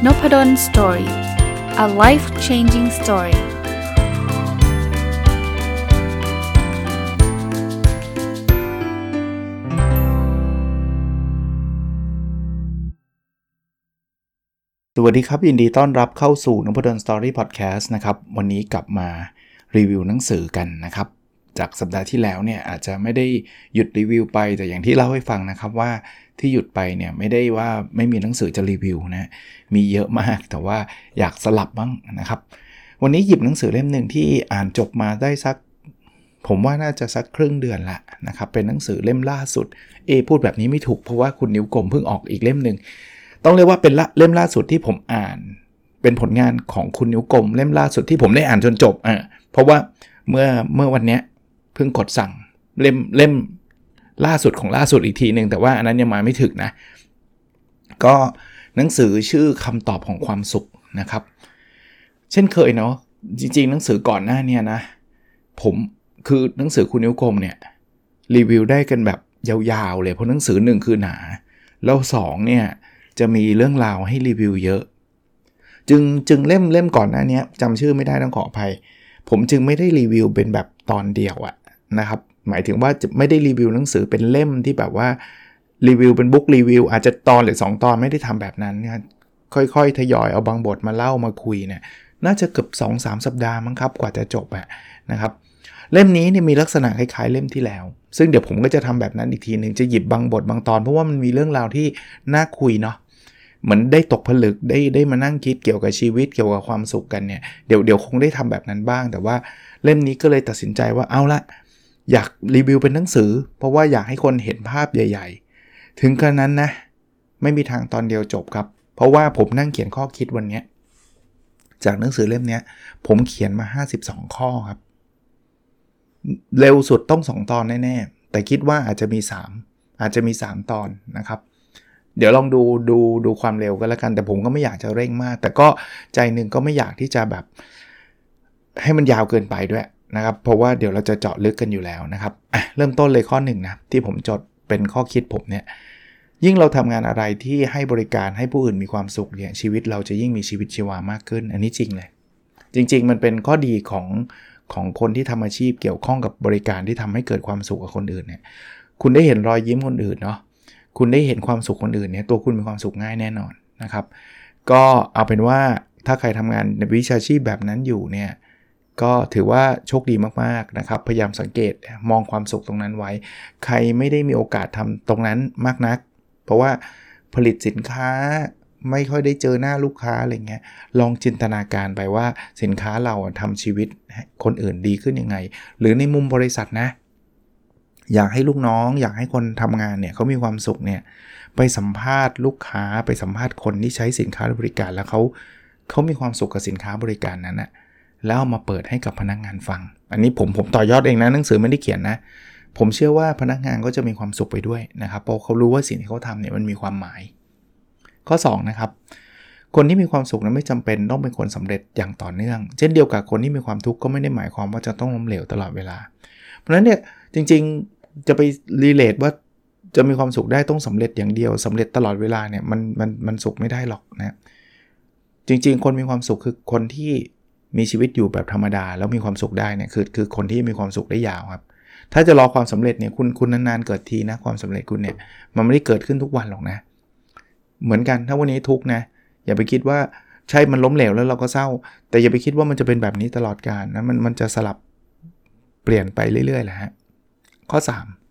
Noppadan Story. A life-changing story. สวัสดีครับยินดีต้อนรับเข้าสู่ Noppadan Story Podcast นะครับวันนี้กลับมารีวิวหนังสือกันนะครับจากสัปดาห์ที่แล้วเนี่ยอาจจะไม่ได้หยุดรีวิวไปแต่อย่างที่เล่าให้ฟังนะครับว่าที่หยุดไปเนี่ยไม่ได้ว่าไม่มีหนังสือจะรีวิวนะมีเยอะมากแต่ว่าอยากสลับบ้างนะครับวันนี้หยิบหนังสือเล่มหนึ่งที่อ่านจบมาได้สักผมว่าน่าจะสักครึ่งเดือนละนะครับเป็นหนังสือเล่มล่าสุดพูดแบบนี้ไม่ถูกเพราะว่าคุณนิ้วกลมเพิ่งออกอีกเล่มนึงต้องเรียกว่าเป็นเล่มล่าสุดที่ผมอ่านเป็นผลงานของคุณนิ้วกลมเล่มล่าสุดที่ผมได้อ่านจนจบเพราะว่าเมื่อวันเนี้ยเพิ่งกดสั่งเล่มล่าสุดของล่าสุดอีกทีนึงแต่ว่าอันนั้นยังมาไม่ถึงนะก็หนังสือชื่อคำตอบของความสุขนะครับเช่นเคยเนาะจริงๆหนังสือก่อนหน้านี้นะผมคือหนังสือคุณนิ้วกลมเนี่ยรีวิวได้กันแบบยาวๆเลยเพราะหนังสือ1คือหนาแล้ว2เนี่ยจะมีเรื่องราวให้รีวิวเยอะจึงเล่มก่อนหน้านี้จำชื่อไม่ได้ต้องขออภัยผมจึงไม่ได้รีวิวเป็นแบบตอนเดียวนะครับหมายถึงว่าจะไม่ได้รีวิวหนังสือเป็นเล่มที่แบบว่ารีวิวเป็นบุ๊กรีวิวอาจจะตอนหรือ2ตอนไม่ได้ทำแบบนั้นนะค่อยๆทยอยเอาบางบทมาเล่ามาคุยเนี่ยน่าจะเกือบ 2-3 สัปดาห์มั้งครับกว่าจะจบนะครับเล่มนี้เนี่ยมีลักษณะคล้ายๆเล่มที่แล้วซึ่งเดี๋ยวผมก็จะทำแบบนั้นอีกทีนึงจะหยิบบางบทบางตอนเพราะว่ามันมีเรื่องราวที่น่าคุยเนาะเหมือนได้ตกผลึกได้มานั่งคิดเกี่ยวกับชีวิตเกี่ยวกับความสุขกันเนี่ยเดี๋ยวคงได้ทำแบบนั้นบ้างแต่ว่าเล่มนี้ก็เลยตัดสินใจว่าเอาละอยากรีวิวเป็นหนังสือเพราะว่าอยากให้คนเห็นภาพใหญ่ๆถึงกระนั้นนะไม่มีทางตอนเดียวจบครับเพราะว่าผมนั่งเขียนข้อคิดวันนี้จากหนังสือเล่มนี้ผมเขียนมา52ข้อครับเร็วสุดต้อง2ตอนแน่ๆแต่คิดว่าอาจจะมี3ตอนนะครับเดี๋ยวลองดูความเร็วก็แล้วกันแต่ผมก็ไม่อยากจะเร่งมากแต่ก็ใจนึงก็ไม่อยากที่จะแบบให้มันยาวเกินไปด้วยนะครับเพราะว่าเดี๋ยวเราจะเจาะลึกกันอยู่แล้วนะครับเริ่มต้นเลยข้อ1นะที่ผมจดเป็นข้อคิดผมเนี่ยยิ่งเราทำงานอะไรที่ให้บริการให้ผู้อื่นมีความสุขเนี่ยชีวิตเราจะยิ่งมีชีวิตชีวามากขึ้นอันนี้จริงเลยจริงๆมันเป็นข้อดีของคนที่ทำอาชีพเกี่ยวข้องกับบริการที่ทำให้เกิดความสุขกับคนอื่นเนี่ยคุณได้เห็นรอยยิ้มคนอื่นเนาะคุณได้เห็นความสุขคนอื่นเนี่ยตัวคุณมีความสุขง่ายแน่นอนนะครับก็เอาเป็นว่าถ้าใครทำงานในวิชาชีพแบบนั้นอยู่เนี่ยก็ถือว่าโชคดีมากๆนะครับพยายามสังเกตมองความสุขตรงนั้นไว้ใครไม่ได้มีโอกาสทำตรงนั้นมากนักเพราะว่าผลิตสินค้าไม่ค่อยได้เจอหน้าลูกค้าอะไรเงี้ยลองจินตนาการไปว่าสินค้าเราทำชีวิตคนอื่นดีขึ้นยังไงหรือในมุมบริษัทนะอยากให้ลูกน้องอยากให้คนทำงานเนี่ยเขามีความสุขเนี่ยไปสัมภาษณ์ลูกค้าไปสัมภาษณ์คนที่ใช้สินค้าหรือบริการแล้วเขามีความสุขกับสินค้าบริการนั้นนะแล้วเอามาเปิดให้กับพนักงานฟังอันนี้ผมต่อยอดเองนะหนังสือไม่ได้เขียนนะผมเชื่อว่าพนักงานก็จะมีความสุขไปด้วยนะครับเพราะเขารู้ว่าสิ่งที่เขาทำเนี่ยมันมีความหมายข้อ2นะครับคนที่มีความสุขนั้นไม่จำเป็นต้องเป็นคนสำเร็จอย่างต่อเนื่องเช่นเดียวกับคนที่มีความทุกข์ก็ไม่ได้หมายความว่าจะต้องล้มเหลวตลอดเวลาเพราะฉะนั้นเนี่ยจริงๆจะไปรีเลทว่าจะมีความสุขได้ต้องสำเร็จอย่างเดียวสำเร็จตลอดเวลาเนี่ยมันสุขไม่ได้หรอกนะจริงๆคนมีความสุขคือคนที่มีชีวิตอยู่แบบธรรมดาแล้วมีความสุขได้เนี่ยคือคนที่มีความสุขได้ยาวครับถ้าจะรอความสำเร็จเนี่ยคุณนานๆเกิดทีนะความสำเร็จคุณเนี่ยมันไม่ได้เกิดขึ้นทุกวันหรอกนะเหมือนกันถ้าวันนี้ทุกข์นะอย่าไปคิดว่าใช่มันล้มเหลวแล้วเราก็เศร้าแต่อย่าไปคิดว่ามันจะเป็นแบบนี้ตลอดกาลนะมันจะสลับเปลี่ยนไปเรื่อยๆแหละฮะข้อ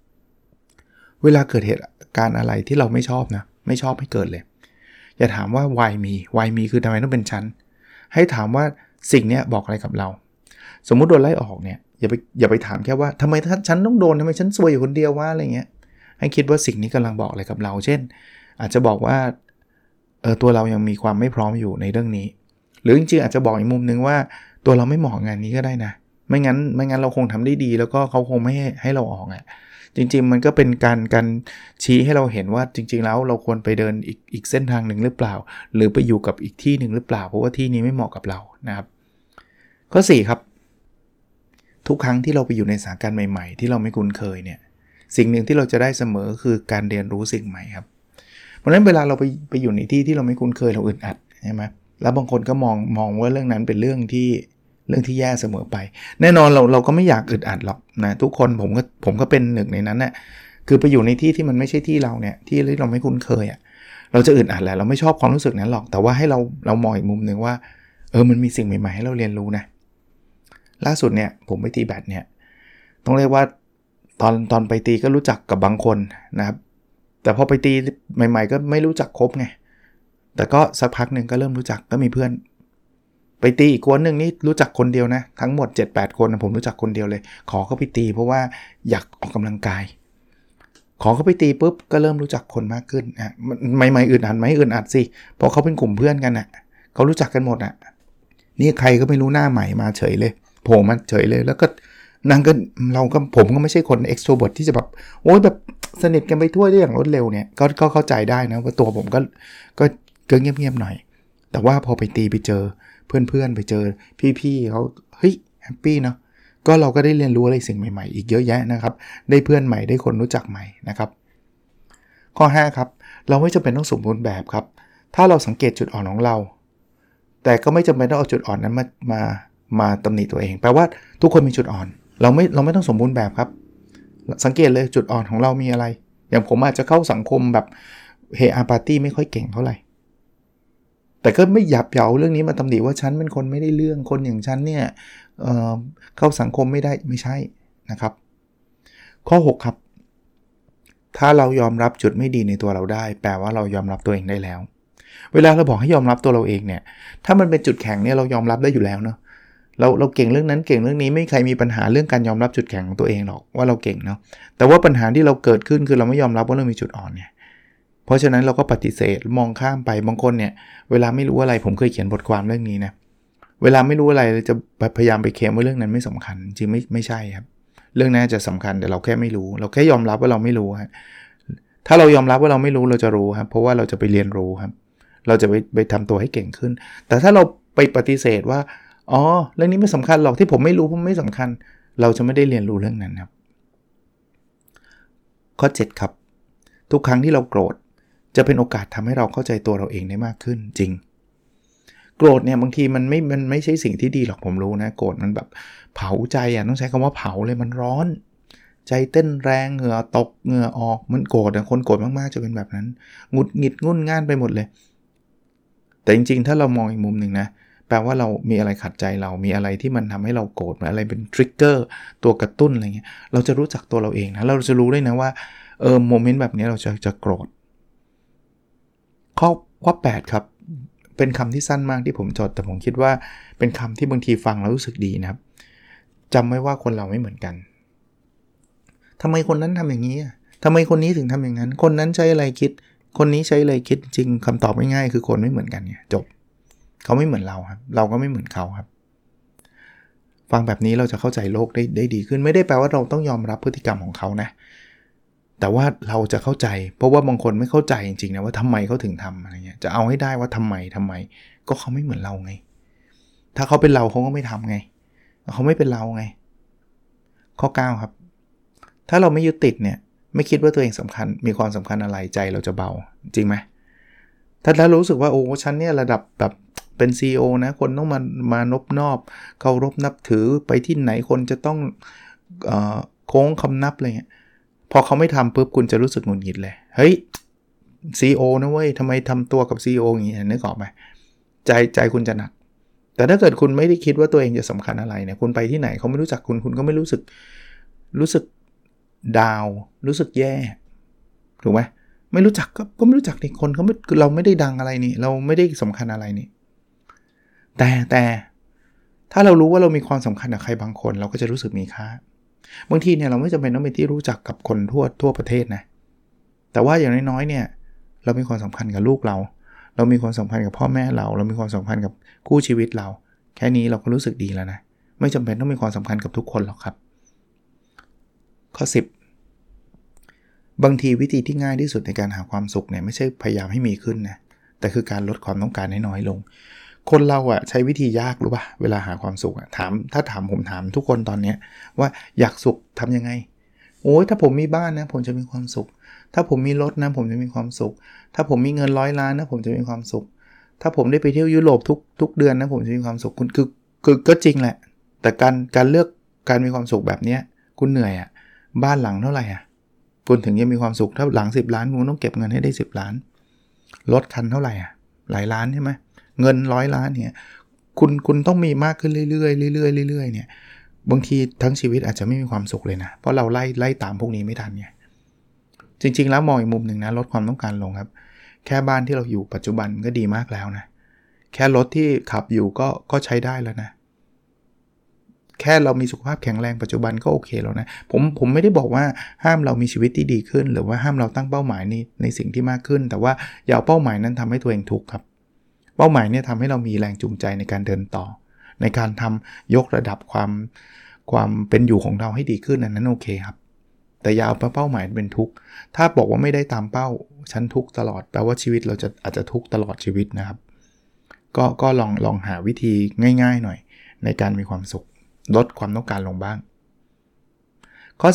3เวลาเกิดเหตุการณ์อะไรที่เราไม่ชอบนะไม่ชอบให้เกิดเลยอย่าถามว่า why me คือทำไมต้องเป็นฉันให้ถามว่าสิ่งนี้บอกอะไรกับเราสมมุติโดนไล่ออกเนี่ยอย่าไปถามแค่ว่าทำไมฉันต้องโดนทำไมฉันซวยอยู่คนเดียววะอะไรเงี้ยให้คิดว่าสิ่งนี้กำลังบอกอะไรกับเราเช่นอาจจะบอกว่าตัวเรายังมีความไม่พร้อมอยู่ในเรื่องนี้หรือจริงๆอาจจะบอกอีกมุมนึงว่าตัวเราไม่เหมาะงานนี้ก็ได้นะไม่งั้นเราคงทำได้ดีแล้วก็เขาคงไม่ให้เราออกจริงๆมันก็เป็นการชี้ให้เราเห็นว่าจริงๆแล้วเราควรไปเดินอีกเส้นทางหนึ่งหรือเปล่าหรือไปอยู่กับอีกที่หนึ่งหรือเปล่าเพราะว่าที่นี้ไม่เหมาะกับเรานะครับข้อ4ครับทุกครั้งที่เราไปอยู่ในสถานการณ์ใหม่ๆที่เราไม่คุ้นเคยเนี่ยสิ่งหนึ่งที่เราจะได้เสมอคือการเรียนรู้สิ่งใหม่ครับเพราะฉะนั้นเวลาเราไปอยู่ในที่ที่เราไม่คุ้นเคยเราอึดอัดใช่ไหมแล้วบางคนก็มองว่าเรื่องนั้นเป็นเรื่องที่แย่เสมอไปแน่นอนเราก็ไม่อยากอึดอัดหรอกนะทุกคนผมก็เป็นหนึ่งในนั้นน่ะคือไปอยู่ในที่ที่มันไม่ใช่ที่เราเนี่ยที่เราไม่คุ้นเคยอ่ะเราจะอึดอัดแหละเราไม่ชอบความรู้สึกนั้นหรอกแต่ว่าให้เรามองอีกมุมนึงว่ามันมีสิ่งใหม่ๆให้เราเรียนรู้นะล่าสุดเนี่ยผมไปตีแบดเนี่ยต้องเรียกว่าตอนไปตีก็รู้จักกับบางคนนะครับแต่พอไปตีใหม่ๆก็ไม่รู้จักครบไงแต่ก็สักพักนึงก็เริ่มรู้จักก็มีเพื่อนไปตีอีกคนนึงนี่รู้จักคนเดียวนะทั้งหมด 7-8 คนผมรู้จักคนเดียวเลยขอเขาไปตีเพราะว่าอยากออกกำลังกายขอเขาไปตีปุ๊บก็เริ่มรู้จักคนมากขึ้นใหม่ๆอึดอัดไหมอึดอัดสิเพราะเขาเป็นกลุ่มเพื่อนกันเขารู้จักกันหมดนี่ใครก็ไม่รู้หน้าใหม่มาเฉยเลยโผล่มาเฉยเลยแล้วก็ผมก็ไม่ใช่คน extrovert ที่จะแบบโอ๊ยแบบสนิทกันไปทั่วได้อย่างรวดเร็วเนี่ยก็เข้าใจได้นะว่าตัวผมก็เงียบๆหน่อยแต่ว่าพอไปตีไปเจอเพื่อนๆไปเจอพี่ๆเขาเฮ้ยแฮปปี้เนาะก็เราก็ได้เรียนรู้อะไรสิ่งใหม่ๆอีกเยอะแยะนะครับได้เพื่อนใหม่ได้คนรู้จักใหม่นะครับข้อ5ครับเราไม่จำเป็นต้องสมบูรณ์แบบครับถ้าเราสังเกตจุดอ่อนของเราแต่ก็ไม่จำเป็นต้องเอาจุดอ่อนนั้นมาตำหนิตัวเองแปลว่าทุกคนมีจุดอ่อนเราไม่ต้องสมบูรณ์แบบครับสังเกตเลยจุดอ่อนของเรามีอะไรอย่างผมอาจจะเข้าสังคมแบบเฮฮาปาร์ตี้ไม่ค่อยเก่งเท่าไหร่แต่ก็ไม่หยับเย้าเรื่องนี้มาตำหนิว่าฉันเป็นคนไม่ได้เรื่องคนอย่างฉันเนี่ยเข้าสังคมไม่ได้ไม่ใช่นะครับข้อ6ครับถ้าเรายอมรับจุดไม่ดีในตัวเราได้แปลว่าเรายอมรับตัวเองได้แล้วเวลาเราบอกให้ยอมรับตัวเราเองเนี่ยถ้ามันเป็นจุดแข็งเนี่ยเรายอมรับได้อยู่แล้วเนาะเราเก่งเรื่องนั้นเก่งเรื่องนี้ไม่มีใครมีปัญหาเรื่องการยอมรับจุดแข็งของตัวเองหรอกว่าเราเก่งเนาะแต่ว่าปัญหาที่เราเกิดขึ้นคือเราไม่ยอมรับว่าเรามีจุดอ่อนเนี่ยเพราะฉะนั้นเราก็ปฏิเสธมองข้ามไปบางคนเนี่ยเวลาไม่รู้อะไรผมเคยเขียนบทความเรื่องนี้นะเวลาไม่รู้อะไรจะพยายามไปเคลมว่าเรื่องนั้นไม่สำคัญจริงไม่ใช่ครับเรื่องนั้นจะสำคัญแต่เราแค่ไม่รู้เราแค่ยอมรับว่าเราไม่รู้ฮะถ้าเรายอมรับว่าเราไม่รู้เราจะรู้ครับเพราะว่าเราจะไปเรียนรู้ครับเราจะไปทำตัวให้เก่งขึ้นแต่ถ้าเราไปปฏิเสธว่าอ๋อเรื่องนี้ไม่สำคัญหรอกที่ผมไม่รู้เพราะไม่สำคัญเราจะไม่ได้เรียนรู้เรื่องนั้นครับข้อ7ครับทุกครั้งที่เราโกรธจะเป็นโอกาสทำให้เราเข้าใจตัวเราเองได้มากขึ้นจริงโกรธเนี่ยบางทีมันไม่ใช่สิ่งที่ดีหรอกผมรู้นะโกรธมันแบบเผาใจต้องใช้คำว่าเผาเลยมันร้อนใจเต้นแรงเหงื่อตกเหงื่อออกมันโกรธคนโกรธมากๆจะเป็นแบบนั้นหงุดหงิดงุ่นง่านไปหมดเลยแต่จริงๆถ้าเรามองอีกมุมนึงนะแปลว่าเรามีอะไรขัดใจเรามีอะไรที่มันทำให้เราโกรธอะไรเป็นทริกเกอร์ตัวกระตุ้นอะไรเงี้ยเราจะรู้จักตัวเราเองนะเราจะรู้ได้นะว่าโมเมนต์แบบนี้เราจะโกรธข้อ8ครับเป็นคำที่สั้นมากที่ผมจดแต่ผมคิดว่าเป็นคำที่บางทีฟังแล้วรู้สึกดีนะครับจำไว้ว่าคนเราไม่เหมือนกันทำไมคนนั้นทำอย่างนี้ทำไมคนนี้ถึงทำอย่างนั้นคนนั้นใช้อะไรคิดคนนี้ใช้อะไรคิดจริงคำตอบง่ายๆคือคนไม่เหมือนกันเนี่ยจบเขาไม่เหมือนเราครับเราก็ไม่เหมือนเขาครับฟังแบบนี้เราจะเข้าใจโลกได้ดีขึ้นไม่ได้แปลว่าเราต้องยอมรับพฤติกรรมของเขานะแต่ว่าเราจะเข้าใจเพราะว่าบางคนไม่เข้าใจจริงๆนะว่าทำไมเขาถึงทำอะไรเงี้ยจะเอาให้ได้ว่าทำไมก็เขาไม่เหมือนเราไงถ้าเขาเป็นเราเขาก็ไม่ทำไงเขาไม่เป็นเราไงข้อ9ครับถ้าเราไม่ยึดติดเนี่ยไม่คิดว่าตัวเองสำคัญมีความสำคัญอะไรใจเราจะเบาจริงไหมถ้ารู้สึกว่าโอ้ฉันเนี่ยระดับแบบเป็น CEO นะคนต้องมานบนอบเคารพนับถือไปที่ไหนคนจะต้องโค้งคำนับอะไรเงี้ยพอเขาไม่ทำปุ๊บคุณจะรู้สึกหงุดหงิดเลยเฮ้ย CEO นะเว้ยทำไมทำตัวกับ CEO อย่างนี้นึกออกไหมใจคุณจะหนักแต่ถ้าเกิดคุณไม่ได้คิดว่าตัวเองจะสำคัญอะไรเนี่ยคุณไปที่ไหนเขาไม่รู้จักคุณก็ไม่รู้สึกดาวรู้สึกแย่ถูกไหมไม่รู้จักก็ไม่รู้จักนี่คนเขาไม่เราไม่ได้ดังอะไรนี่เราไม่ได้สำคัญอะไรนี่แต่ถ้าเรารู้ว่าเรามีความสำคัญกับใครบางคนเราก็จะรู้สึกมีค่าบางทีเนี่ยเราไม่จำเป็นต้องเป็นที่รู้จักกับคนทั่วประเทศนะแต่ว่าอย่างน้อยๆเนี่ยเรามีความสำคัญกับลูกเรามีความสัมพันธ์กับพ่อแม่เรามีความสัมพันธ์กับคู่ชีวิตเราแค่นี้เราก็รู้สึกดีแล้วนะไม่จำเป็นต้องมีความสัมพันธ์กับทุกคนหรอกครับข้อ10บางทีวิธีที่ง่ายที่สุดในการหาความสุขเนี่ยไม่ใช่พยายามให้มีขึ้นนะแต่คือการลดความต้องการให้น้อยลงคนเราใช้วิธียากรู้ป่ะเวลาหาความสุขถ้าผมถามทุกคนตอนนี้ว่าอยากสุขทำยังไงโอ้ยถ้าผมมีบ้านนะผมจะมีความสุขถ้าผมมีรถนะผมจะมีความสุขถ้าผมมีเงิน100 ล้านนะผมจะมีความสุขถ้าผมได้ไปเที่ยวยุโรปทุกเดือนนะผมจะมีความสุขคุณคือก็จริงแหละแต่การเลือกการมีความสุขแบบนี้คุณเหนื่อยอ่ะบ้านหลังเท่าไหร่อ่ะคุณถึงจะมีความสุขถ้าหลัง10 ล้านคุณต้องเก็บเงินให้ได้10 ล้านรถคันเท่าไหร่อ่ะหลายล้านใช่ไหมเงิน100 ล้านเนี่ยคุณต้องมีมากขึ้นเรื่อยๆเรื่อยๆเรื่อยๆเนี่ยบางทีทั้งชีวิตอาจจะไม่มีความสุขเลยนะเพราะเราไล่ตามพวกนี้ไม่ทันไงจริงๆแล้วมองอีกมุมหนึ่งนะลดความต้องการลงครับแค่บ้านที่เราอยู่ปัจจุบันก็ดีมากแล้วนะแค่รถที่ขับอยู่ก็ใช้ได้แล้วนะแค่เรามีสุขภาพแข็งแรงปัจจุบันก็โอเคแล้วนะผมไม่ได้บอกว่าห้ามเรามีชีวิตที่ดีขึ้นหรือว่าห้ามเราตั้งเป้าหมายในสิ่งที่มากขึ้นแต่ว่าอย่าเอาเป้าหมายนั้นทำให้ตัวเองทุกข์ครับเป้าหมายเนี่ยทำให้เรามีแรงจูงใจในการเดินต่อในการทำยกระดับความเป็นอยู่ของเราให้ดีขึ้นอันนั้นโอเคครับแต่อย่าเอาเป้าหมายเป็นทุกข์ถ้าบอกว่าไม่ได้ตามเป้าฉันทุกข์ตลอดแปลว่าชีวิตเราอาจจะทุกข์ตลอดชีวิตนะครับก็ลองหาวิธีง่ายๆหน่อยในการมีความสุขลดความต้องการลงบ้างข้อ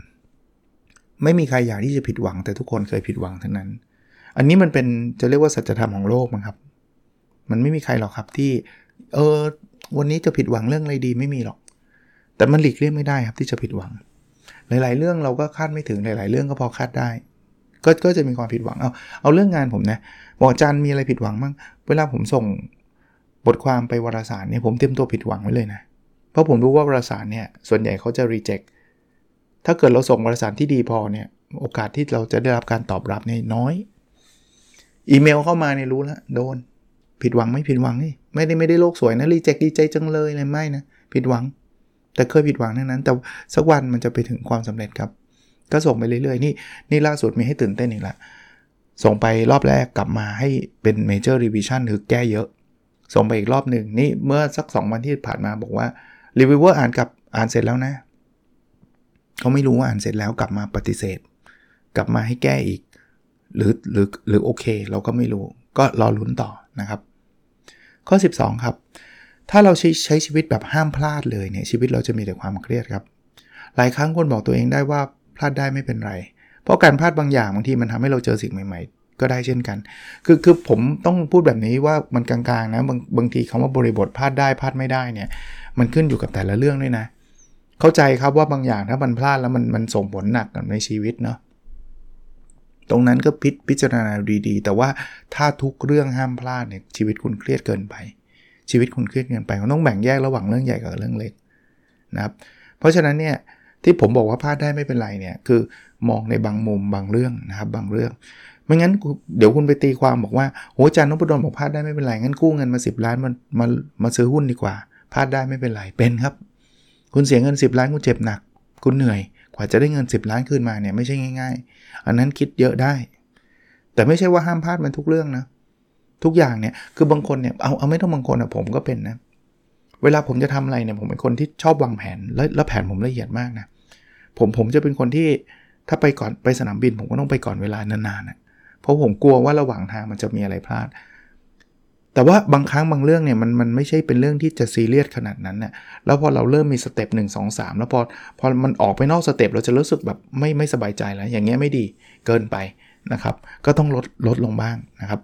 11ไม่มีใครอยากที่จะผิดหวังแต่ทุกคนเคยผิดหวังทั้งนั้นอันนี้มันเป็นจะเรียกว่าสัจธรรมของโลกมั้งครับมันไม่มีใครหรอกครับที่วันนี้จะผิดหวังเรื่องอะไรดีไม่มีหรอกแต่มันหลีกเลี่ยงไม่ได้ครับที่จะผิดหวังหลายๆเรื่องเราก็คาดไม่ถึงหลายๆเรื่องก็พอคาดได้ก็จะมีความผิดหวังเอาเรื่องงานผมนะบอกอาจารย์มีอะไรผิดหวังบ้างเวลาผมส่งบทความไปวารสารเนี่ยผมเตรียมตัวผิดหวังไว้เลยนะเพราะผมรู้ว่าวารสารเนี่ยส่วนใหญ่เขาจะ reject ถ้าเกิดเราส่งวารสารที่ดีพอเนี่ยโอกาสที่เราจะได้รับการตอบรับเนี่ยน้อยอีเมลเข้ามาเนี่ยรู้แล้วโดนผิดหวังไม่ผิดหวังนี่ไม่ได้โลกสวยนะ reject ดีใจจังเลยเลยไม่นะผิดหวังแต่เคยผิดหวังนั้นแต่สักวันมันจะไปถึงความสำเร็จครับก็ส่งไปเรื่อยๆนี่ล่าสุดมีให้ตื่นเต้นอีกละส่งไปรอบแรกกลับมาให้เป็น major revision คือแก้เยอะส่งไปอีกรอบหนึ่งนี่เมื่อสัก2 วันที่ผ่านมาบอกว่า reviewer อ่านเสร็จแล้วนะเขาไม่รู้ว่าอ่านเสร็จแล้วกลับมาปฏิเสธกลับมาให้แก้อีกหรือโอเคเราก็ไม่รู้ก็รอลุ้นต่อนะครับข้อ12ครับถ้าเราใช้ชีวิตแบบห้ามพลาดเลยเนี่ยชีวิตเราจะมีแต่ความเครียดครับหลายครั้งคนบอกตัวเองได้ว่าพลาดได้ไม่เป็นไรเพราะการพลาดบางอย่างบางทีมันทำให้เราเจอสิ่งใหม่ๆก็ได้เช่นกันคือผมต้องพูดแบบนี้ว่ามันกลางๆนะบางทีคำว่าบริบทพลาดได้พลาดไม่ได้เนี่ยมันขึ้นอยู่กับแต่ละเรื่องด้วยนะเข้าใจครับว่าบางอย่างถ้ามันพลาดแล้วมันส่งผลหนักในชีวิตเนาะตรงนั้นก็พิจารณาดีๆแต่ว่าถ้าทุกเรื่องห้ามพลาดเนี่ยชีวิตคุณเครียดเกินไปชีวิตคุณเครียดเกินไปคุณต้องแบ่งแยกระหว่างเรื่องใหญ่กับเรื่องเล็กนะครับเพราะฉะนั้นเนี่ยที่ผมบอกว่าพลาดได้ไม่เป็นไรเนี่ยคือมองในบางมุมบางเรื่องนะครับบางเรื่องไม่งั้นเดี๋ยวคุณไปตีความบอกว่าโหอาจารย์นพดลบอกพลาดได้ไม่เป็นไรงั้นกู้เงินมา10 ล้านมาซื้อหุ้นดีกว่าพลาดได้ไม่เป็นไรเป็นครับคุณเสียเงิน10 ล้านคุณเจ็บหนักคุณเหนื่อยกว่าจะได้เงิน10 ล้านคืนมาเนี่ยไม่ใช่ง่ายๆอันนั้นคิดเยอะได้แต่ไม่ใช่ว่าห้ามพลาดมันทุกเรื่องนะทุกอย่างเนี่ยคือบางคนเนี่ยเอาไม่ต้องบางคนผมก็เป็นนะเวลาผมจะทำอะไรเนี่ยผมเป็นคนที่ชอบวางแผนแล้วแผนผมละเอียดมากนะผมจะเป็นคนที่ถ้าไปก่อนไปสนามบินผมก็ต้องไปก่อนเวลานานๆนะเพราะผมกลัวว่าระหว่างทางมันจะมีอะไรพลาดแต่ว่าบางครั้งบางเรื่องเนี่ยมันไม่ใช่เป็นเรื่องที่จะซีเรียสขนาดนั้นเนี่ยแล้วพอเราเริ่มมีสเต็ป1 2 3แล้วพอมันออกไปนอกสเต็ปเราจะรู้สึกแบบไม่สบายใจแล้วอย่างเงี้ยไม่ดีเกินไปนะครับก็ต้องลดลงบ้างนะครับ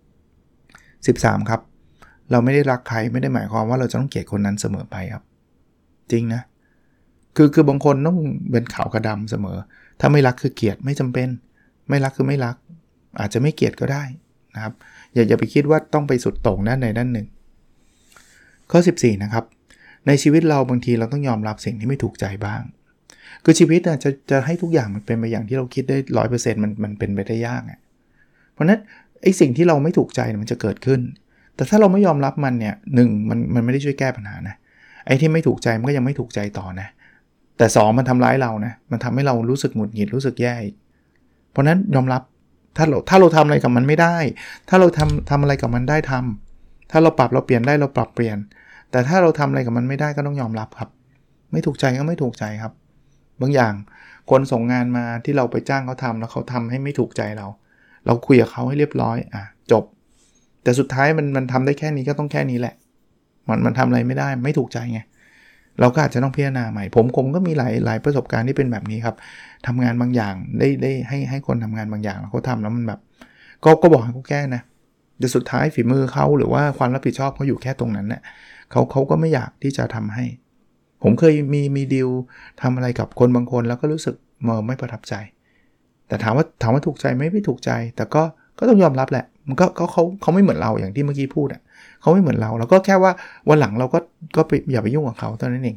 13ครับเราไม่ได้รักใครไม่ได้หมายความว่าเราจะต้องเกลียดคนนั้นเสมอไปครับจริงนะคือบางคนต้องเป็นขาวกับดำเสมอถ้าไม่รักคือเกลียดไม่จำเป็นไม่รักคือไม่รักอาจจะไม่เกลียดก็ได้นะครับอย่าไปคิดว่าต้องไปสุดโต่งด้านใดด้านหนึ่งข้อ14นะครับในชีวิตเราบางทีเราต้องยอมรับสิ่งที่ไม่ถูกใจบ้างคือชีวิตจะให้ทุกอย่างมันเป็นไปอย่างที่เราคิดได้ 100% มันเป็นไปได้ยากเพราะนั้นไอ้สิ่งที่เราไม่ถูกใจมันจะเกิดขึ้นแต่ถ้าเราไม่ยอมรับมันเนี่ย1มันไม่ได้ช่วยแก้ปัญหานะไอ้ที่ไม่ถูกใจมันก็ยังไม่ถูกใจต่อนะแต่2มันทำร้ายเรานะมันทำให้เรารู้สึกหงุดหงิดรู้สึกแย่เพราะนั้นยอมรับถ้าเราทำอะไรกับมันไม่ได้ถ้าเราทำอะไรกับมันได้ทำถ้าเราปรับเราเปลี่ยนได้เราปรับเปลี่ยนแต่ถ้าเราทำอะไรกับมันไม่ได้ก็ต้องยอมรับครับไม่ถูกใจก็ไม่ถูกใจครับบางอย่างคนส่งงานมาที่เราไปจ้างเขาทำแล้วเขาทำให้ไม่ถูกใจเราคุยกับเขาให้เรียบร้อยจบแต่สุดท้ายมันทำได้แค่นี้ก็ต้องแค่นี้แหละมันทำอะไรไม่ได้ไม่ถูกใจไงเราก็อาจจะต้องพิจารณาใหม่ผมก็มีหลายประสบการณ์ที่เป็นแบบนี้ครับทำงานบางอย่างได้ให้คนทำงานบางอย่างแล้วเขาทำแล้วมันแบบก็บอกให้เขาแก้นะแต่สุดท้ายฝีมือเขาหรือว่าความรับผิดชอบเขาอยู่แค่ตรงนั้นน่ะเขาก็ไม่อยากที่จะทำให้ผมเคยมีดีลทำอะไรกับคนบางคนแล้วก็รู้สึกไม่ประทับใจแต่ถามว่าถูกใจไม่ถูกใจแต่ก็ต้องยอมรับแหละมันก็เขาไม่เหมือนเราอย่างที่เมื่อกี้พูดอ่ะเขาไม่เหมือนเราแล้วก็แค่ว่าวันหลังเราก็อย่าไปยุ่งกับเขาเท่านั้นเอง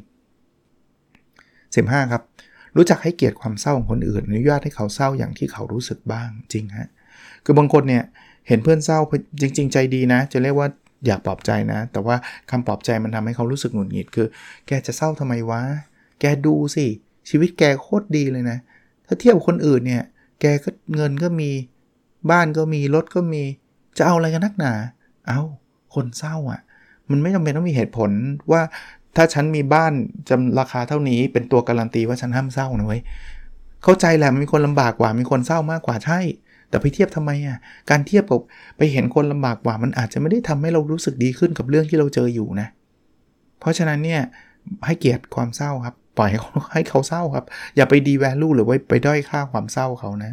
15ครับรู้จักให้เกียรติความเศร้าของคนอื่นอนุญาตให้เขาเศร้าอย่างที่เขารู้สึกบ้างจริงฮะคือบางคนเนี่ยเห็นเพื่อนเศร้าจริงๆใจดีนะจะเรียกว่าอยากปลอบใจนะแต่ว่าคำปลอบใจมันทำให้เขารู้สึกหงุดหงิดคือแกจะเศร้าทำไมวะแกดูสิชีวิตแกโคตรดีเลยนะถ้าเทียบกับคนอื่นเนี่ยแกก็เงินก็มีบ้านก็มีรถก็มีจะเอาอะไรกันนักหนาคนเศร้าอ่ะมันไม่จำเป็นต้องมีเหตุผลว่าถ้าฉันมีบ้านจำราคาเท่านี้เป็นตัวการันตีว่าฉันห้ามเศร้านะเว้ยเข้าใจแหละมีคนลำบากกว่ามีคนเศร้ามากกว่าใช่แต่ไปเทียบทำไมอ่ะการเทียบกับไปเห็นคนลำบากกว่ามันอาจจะไม่ได้ทำให้เรารู้สึกดีขึ้นกับเรื่องที่เราเจออยู่นะเพราะฉะนั้นเนี่ยให้เกียรติความเศร้าครับปล่อยให้เขาเศร้าครับอย่าไปดีแวลูหรือว่าไปด้อยค่าความเศร้าเขานะ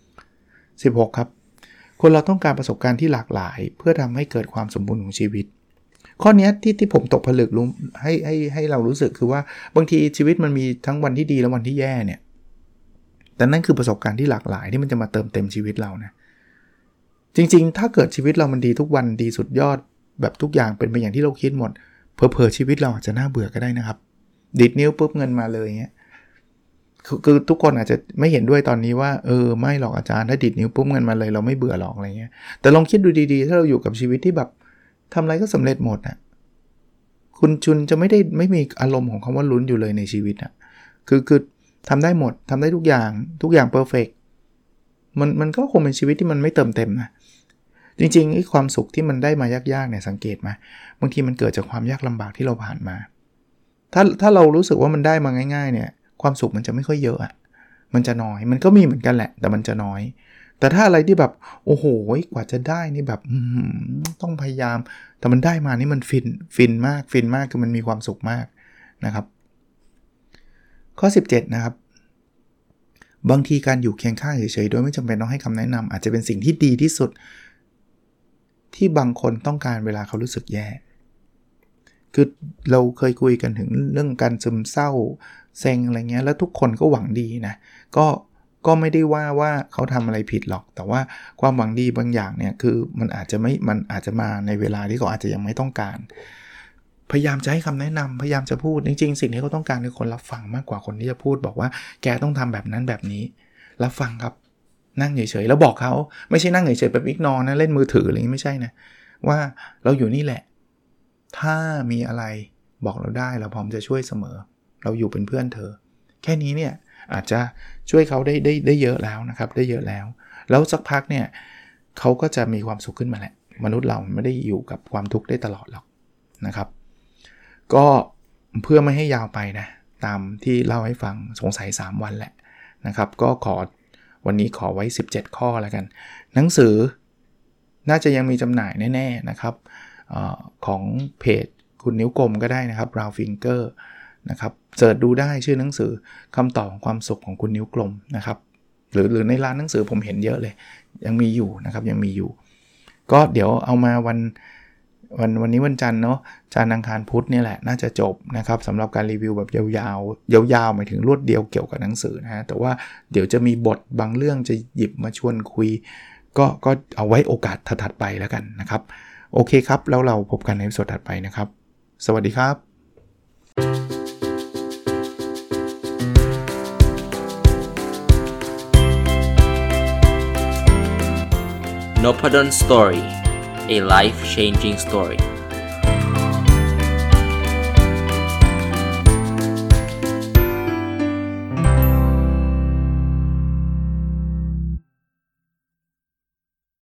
16ครับคนเราต้องการประสบการณ์ที่หลากหลายเพื่อทำให้เกิดความสมบูรณ์ของชีวิตข้อนี้ที่ผมตกผลึกรู้ให้เรารู้สึกคือว่าบางทีชีวิตมันมีทั้งวันที่ดีและวันที่แย่เนี่ยแต่นั่นคือประสบการณ์ที่หลากหลายที่มันจะมาเติมเต็มชีวิตเรานะจริงๆถ้าเกิดชีวิตเรามันดีทุกวันดีสุดยอดแบบทุกอย่างเป็นไปอย่างที่เราคิดหมดเผลอๆชีวิตเราอาจจะน่าเบื่อก็ได้นะครับดิดนิ้วปุ๊บเงินมาเลยเงี้ยคือทุกคนอาจจะไม่เห็นด้วยตอนนี้ว่าไม่หรอกอาจารย์ถ้าดิดนิ้วปุ๊บเงินมาเลยเราไม่เบื่อหรอกอะไรเงี้ยแต่ลองคิดดูดีๆถ้าเราอยู่กับชีวิตที่แบบทำอะไรก็สำเร็จหมดอ่ะคุณชุนจะไม่มีอารมณ์ของคำว่าลุ้นอยู่เลยในชีวิตอ่ะคือทำได้หมดทำได้ทุกอย่างเพอร์เฟกต์มันก็คงเป็นชีวิตที่มันไม่เติมเต็มนะจริงๆไอ้ความสุขที่มันได้มายากๆเนี่ยสังเกตไหมบางทีมันเกิดจากความยากลำบากที่เราผ่านมาถ้าเรารู้สึกว่ามันได้มาง่ายๆเนี่ยความสุขมันจะไม่ค่อยเยอะอ่ะมันจะน้อยมันก็มีเหมือนกันแหละแต่มันจะน้อยแต่ถ้าอะไรที่แบบโอ้โหกว่าจะได้นี่แบบต้องพยายามแต่มันได้มานี่มันฟินมากคือมันมีความสุขมากนะครับข้อ17นะครับบางทีการอยู่เคียงข้างเฉยๆโดยไม่จำเป็นต้องให้คำแนะนำอาจจะเป็นสิ่งที่ดีที่สุดที่บางคนต้องการเวลาเขารู้สึกแย่คือเราเคยคุยกันถึงเรื่องการซึมเศร้าเซ็งอะไรเงี้ยแล้วทุกคนก็หวังดีนะก็ไม่ได้ว่าเขาทำอะไรผิดหรอกแต่ว่าความหวังดีบางอย่างเนี่ยคือมันอาจจะมาในเวลาที่เขาอาจจะยังไม่ต้องการพยายามจะให้คำแนะนำพยายามจะพูดจริงๆสิ่งที่เขาต้องการคือคนรับฟังมากกว่าคนที่จะพูดบอกว่าแกต้องทำแบบนั้นแบบนี้รับฟังครับนั่งเฉยๆแล้วบอกเขาไม่ใช่นั่งเฉยๆแบบอิกนอร์นะเล่นมือถืออะไรอย่างนี้ไม่ใช่นะว่าเราอยู่นี่แหละถ้ามีอะไรบอกเราได้เราพร้อมจะช่วยเสมอเราอยู่เป็นเพื่อนเธอแค่นี้เนี่ยอาจจะช่วยเขาได้เยอะแล้วนะครับได้เยอะแล้วสักพักเนี่ยเขาก็จะมีความสุขขึ้นมาแหละมนุษย์เราไม่ได้อยู่กับความทุกข์ได้ตลอดหรอกนะครับก็เพื่อไม่ให้ยาวไปนะตามที่เล่าให้ฟังสงสัย3วันแหละนะครับก็วันนี้ขอไว้17ข้อแล้วกันหนังสือน่าจะยังมีจำหน่ายแน่ๆนะครับของเพจคุณนิ้วกลมก็ได้นะครับ Brown Finger นะครับเสิร์ชดูได้ชื่อหนังสือคำตอบของความสุขของคุณนิ้วกลมนะครับหรือในร้านหนังสือผมเห็นเยอะเลยยังมีอยู่นะครับยังมีอยู่ก็เดี๋ยวเอามาวันนี้วันจันทร์เนาะจันทร์อังคารพุธนี่แหละน่าจะจบนะครับสำหรับการรีวิวแบบยาวหมายถึงรวดเดียวเกี่ยวกับหนังสือนะฮะแต่ว่าเดี๋ยวจะมีบทบางเรื่องจะหยิบมาชวนคุยก็เอาไว้โอกาสถัดไปแล้วกันนะครับโอเคครับแล้วเราพบกันในตอนถัดไปนะครับสวัสดีครับ Nopadon Story, a life-changing story.